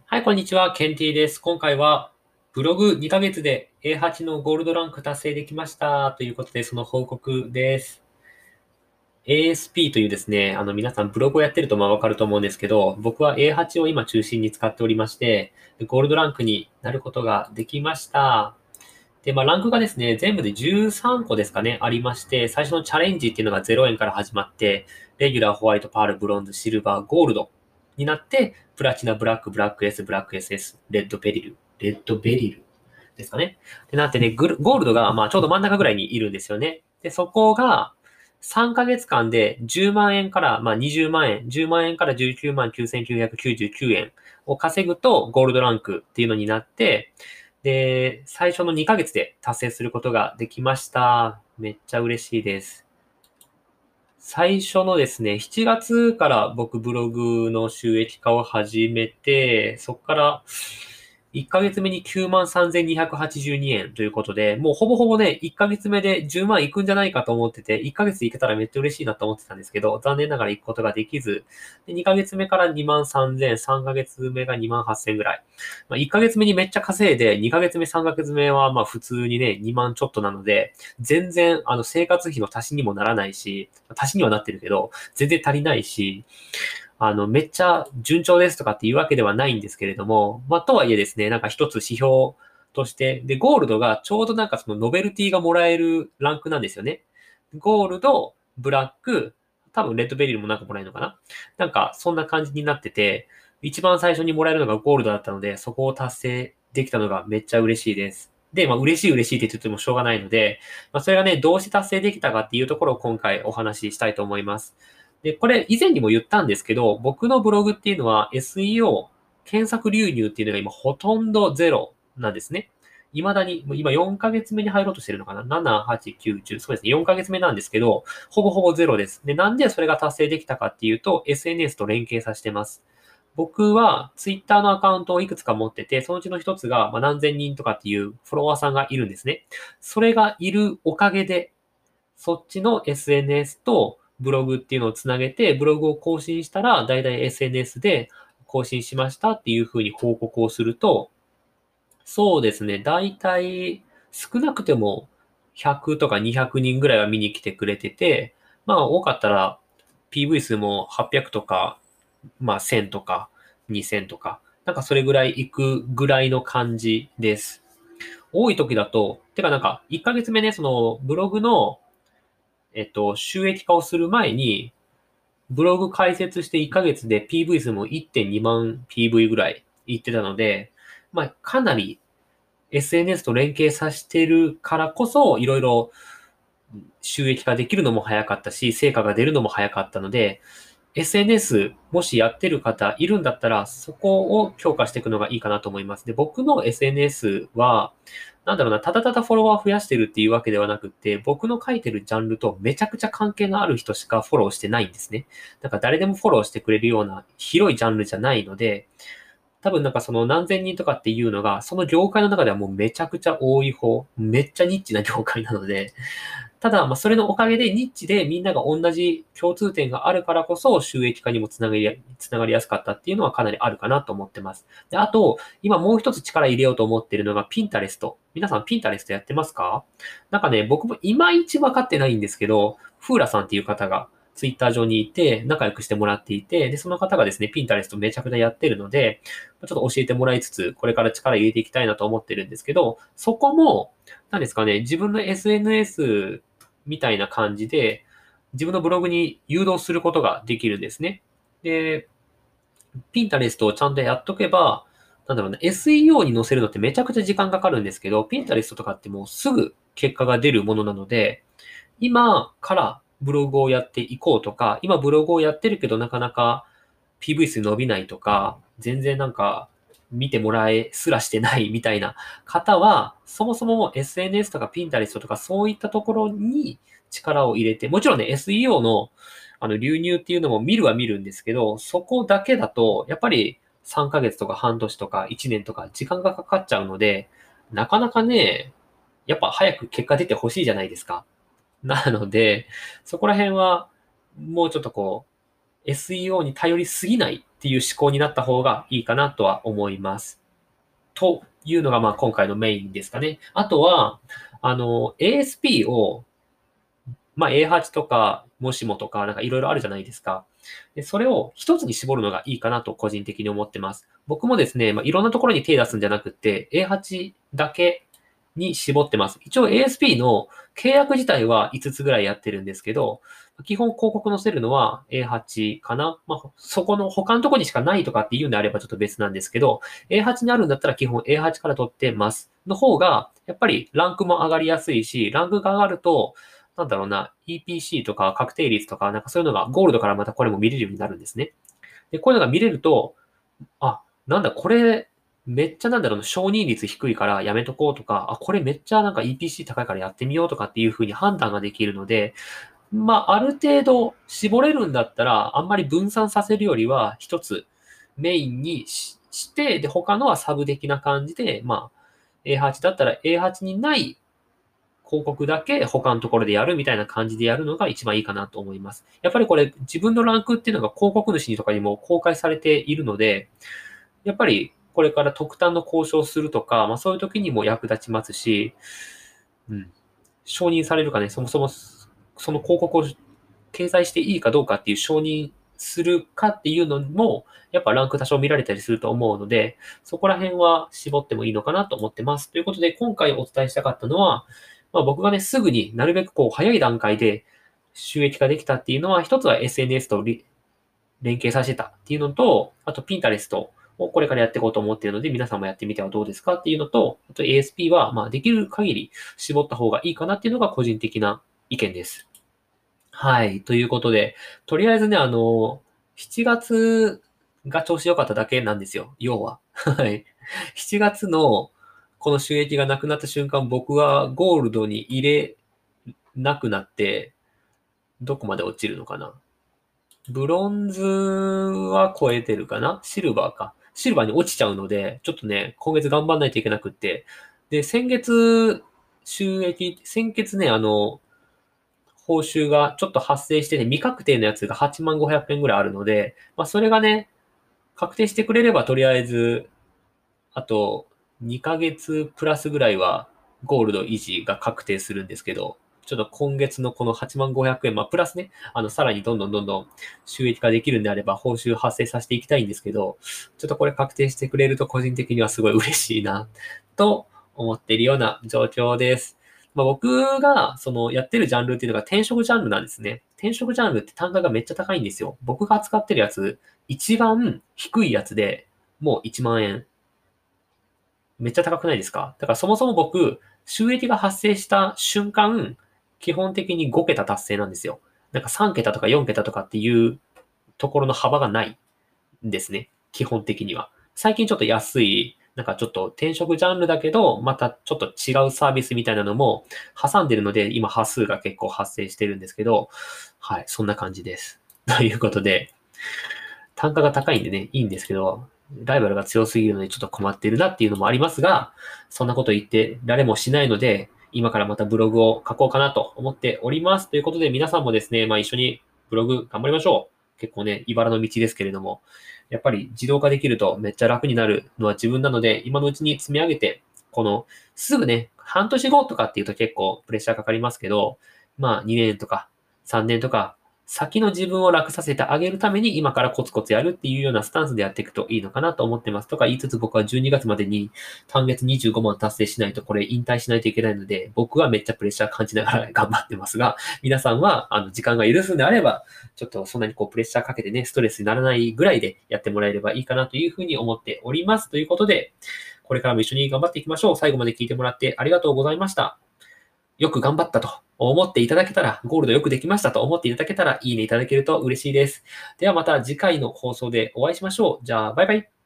はい、こんにちは。ケンティーです。今回は、ブログ2ヶ月で A8 のゴールドランク達成できましたということで、その報告です。ASP というですね、皆さんブログをやってるとわかると思うんですけど、僕は A8 を今中心に使っておりまして、ゴールドランクになることができました。で、ランクがですね、全部で13個ですかね、ありまして、最初のチャレンジっていうのが0円から始まって、レギュラー、ホワイト、パール、ブロンズ、シルバー、ゴールドになって、プラチナ、ブラック、ブラック S、ブラック SS、レッドベリルですかね。で、なってね、ゴールドがちょうど真ん中ぐらいにいるんですよね。で、そこが3ヶ月間で10万円から20万円、10万円から19万9999円を稼ぐとゴールドランクっていうのになって、で、最初の2ヶ月で達成することができました。めっちゃ嬉しいです。最初のですね、7月から僕ブログの収益化を始めて、そこから1ヶ月目に93,282円ということで、もうほぼほぼね、1ヶ月目で10万いくんじゃないかと思ってて、1ヶ月でいけたらめっちゃ嬉しいなと思ってたんですけど、残念ながら行くことができず、で2ヶ月目から2万3000、3ヶ月目が2万8000ぐらい。1ヶ月目にめっちゃ稼いで、2ヶ月目、3ヶ月目は普通にね、2万ちょっとなので、全然生活費の足しにもならないし、足しにはなってるけど、全然足りないし、めっちゃ順調ですとかっていうわけではないんですけれども、とはいえですね、なんか一つ指標として、で、ゴールドがちょうどなんかそのノベルティがもらえるランクなんですよね。ゴールド、ブラック、多分レッドベリルもなんかもらえるのかな。なんかそんな感じになってて、一番最初にもらえるのがゴールドだったので、そこを達成できたのがめっちゃ嬉しいです。で、嬉しい嬉しいって言ってもしょうがないので、それがね、どうして達成できたかっていうところを今回お話ししたいと思います。で、これ以前にも言ったんですけど、僕のブログっていうのは SEO、検索流入っていうのが今ほとんどゼロなんですね。未だに、もう今4ヶ月目に入ろうとしてるのかな？ 7、8、9、10。そうですね。4ヶ月目なんですけど、ほぼほぼゼロです。で、なんでそれが達成できたかっていうと、SNS と連携させてます。僕は Twitter のアカウントをいくつか持ってて、そのうちの一つが何千人とかっていうフォロワーさんがいるんですね。それがいるおかげで、そっちの SNS とブログっていうのをつなげて、ブログを更新したら、だいたい SNS で更新しましたっていうふうに報告をすると、そうですね、だいたい少なくても100とか200人ぐらいは見に来てくれてて、多かったら PV 数も800とか、1000とか2000とか、なんかそれぐらい行くぐらいの感じです。多い時だと、てかなんか1ヶ月目ね、そのブログの収益化をする前に、ブログ開設して1ヶ月で PV 数も1.2万 PV ぐらいいってたので、かなり SNS と連携させてるからこそ、いろいろ収益化できるのも早かったし、成果が出るのも早かったので、SNS もしやってる方いるんだったら、そこを強化していくのがいいかなと思います。で、僕の SNS は、なんだろうな、ただただフォロワー増やしてるっていうわけではなくって、僕の書いてるジャンルとめちゃくちゃ関係のある人しかフォローしてないんですね。だから誰でもフォローしてくれるような広いジャンルじゃないので、多分なんかその何千人とかっていうのが、その業界の中ではもうめちゃくちゃ多い方、めっちゃニッチな業界なので、ただ、それのおかげでニッチでみんなが同じ共通点があるからこそ収益化にもつながりやすかったっていうのはかなりあるかなと思ってます。で、あと、今もう一つ力入れようと思っているのがピンタレスト。皆さんピンタレストやってますか？なんかね、僕もいまいち分かってないんですけど、フーラさんっていう方がツイッター上にいて仲良くしてもらっていて、で、その方がですね、ピンタレストめちゃくちゃやってるので、ちょっと教えてもらいつつ、これから力入れていきたいなと思ってるんですけど、そこも、何ですかね、自分の SNS みたいな感じで、自分のブログに誘導することができるんですね。で、ピンタレストをちゃんとやっとけば、なんだろうな、SEO に載せるのってめちゃくちゃ時間かかるんですけど、ピンタレストとかってもうすぐ結果が出るものなので、今からブログをやっていこうとか、今ブログをやってるけどなかなか PV 数伸びないとか、全然なんか見てもらえすらしてないみたいな方は、そもそも SNS とか Pinterest とかそういったところに力を入れて、もちろんね、SEO の流入っていうのも見るは見るんですけど、そこだけだと、やっぱり3ヶ月とか半年とか1年とか時間がかかっちゃうので、なかなかね、やっぱ早く結果出てほしいじゃないですか。なので、そこら辺は、もうちょっとこう、 SEO に頼りすぎないっていう思考になった方がいいかなとは思います。というのが、まあ、今回のメインですかね。あとは、ASP を、まあ、A8 とか、もしもとか、なんかいろいろあるじゃないですか。で、それを一つに絞るのがいいかなと個人的に思ってます。僕もですね、まあ、いろんなところに手出すんじゃなくって、A8 だけに絞ってます。一応 ASP の契約自体は5つぐらいやってるんですけど、基本広告載せるのは A8 かな。まあ、そこの他のところにしかないとかっていうんであればちょっと別なんですけど、A8 にあるんだったら基本 A8 から取ってます。の方が、やっぱりランクも上がりやすいし、ランクが上がると、なんだろうな、EPC とか確定率とか、なんかそういうのがゴールドからまたこれも見れるようになるんですね。で、こういうのが見れると、あ、なんだ、これ、めっちゃなんだろうな、承認率低いからやめとこうとか、あ、これめっちゃなんか EPC 高いからやってみようとかっていう風に判断ができるので、まあ、ある程度絞れるんだったら、あんまり分散させるよりは、一つメインにして、で、他のはサブ的な感じで、まあ、A8 だったら A8 にない広告だけ他のところでやるみたいな感じでやるのが一番いいかなと思います。やっぱりこれ自分のランクっていうのが広告主にとかにも公開されているので、やっぱりこれから特単の交渉するとか、まあそういう時にも役立ちますし、うん、承認されるかね、そもそもその広告を掲載していいかどうかっていう承認するかっていうのも、やっぱランク多少見られたりすると思うので、そこら辺は絞ってもいいのかなと思ってます。ということで、今回お伝えしたかったのは、まあ、僕がね、すぐになるべくこう早い段階で収益化できたっていうのは、一つは SNS と連携させたっていうのと、あと Pinterest をこれからやっていこうと思っているので、皆さんもやってみてはどうですかっていうのと、あと ASP は、まあ、できる限り絞った方がいいかなっていうのが個人的な意見です。はい。ということで、とりあえずね、7月が調子良かっただけなんですよ。要は。はい。7月のこの収益がなくなった瞬間、僕はゴールドに入れなくなって、どこまで落ちるのかな。ブロンズは超えてるかな、シルバーか。シルバーに落ちちゃうので、ちょっとね、今月頑張んないといけなくって。で、先月ね、報酬がちょっと発生してて、未確定のやつが8万500円ぐらいあるので、まあ、それがね、確定してくれれば、とりあえず、あと2ヶ月プラスぐらいはゴールド維持が確定するんですけど、ちょっと今月のこの8万500円、まあ、プラスね、さらにどんどん収益化できるんであれば、報酬発生させていきたいんですけど、ちょっとこれ確定してくれると個人的にはすごい嬉しいな、と思っているような状況です。まあ、僕がやってるジャンルっていうのが転職ジャンルなんですね。転職ジャンルって単価がめっちゃ高いんですよ。僕が扱ってるやつ、一番低いやつでもう1万円。めっちゃ高くないですか？だからそもそも僕、収益が発生した瞬間、基本的に5桁達成なんですよ。なんか3桁とか4桁とかっていうところの幅がないんですね。基本的には。最近ちょっと安い、なんかちょっと転職ジャンルだけど、またちょっと違うサービスみたいなのも挟んでるので、今波数が結構発生してるんですけど、はい、そんな感じです。ということで、単価が高いんでね、いいんですけど、ライバルが強すぎるのでちょっと困ってるなっていうのもありますが、そんなこと言ってられもしないので、今からまたブログを書こうかなと思っております。ということで皆さんもですね、まあ一緒にブログ頑張りましょう。結構ね、茨の道ですけれども、やっぱり自動化できるとめっちゃ楽になるのは自分なので、今のうちに積み上げて、すぐね、半年後とかっていうと結構プレッシャーかかりますけど、まあ2年とか3年とか先の自分を楽させてあげるために今からコツコツやるっていうようなスタンスでやっていくといいのかなと思ってますとか言いつつ、僕は12月までに単月25万達成しないとこれ引退しないといけないので、僕はめっちゃプレッシャー感じながら頑張ってますが、皆さんは時間が許すんであれば、ちょっとそんなにプレッシャーかけてね、ストレスにならないぐらいでやってもらえればいいかなというふうに思っております。ということで、これからも一緒に頑張っていきましょう。最後まで聞いてもらってありがとうございました。よく頑張ったと思っていただけたら、ゴールドよくできましたと思っていただけたら、いいねいただけると嬉しいです。ではまた次回の放送でお会いしましょう。じゃあ、バイバイ。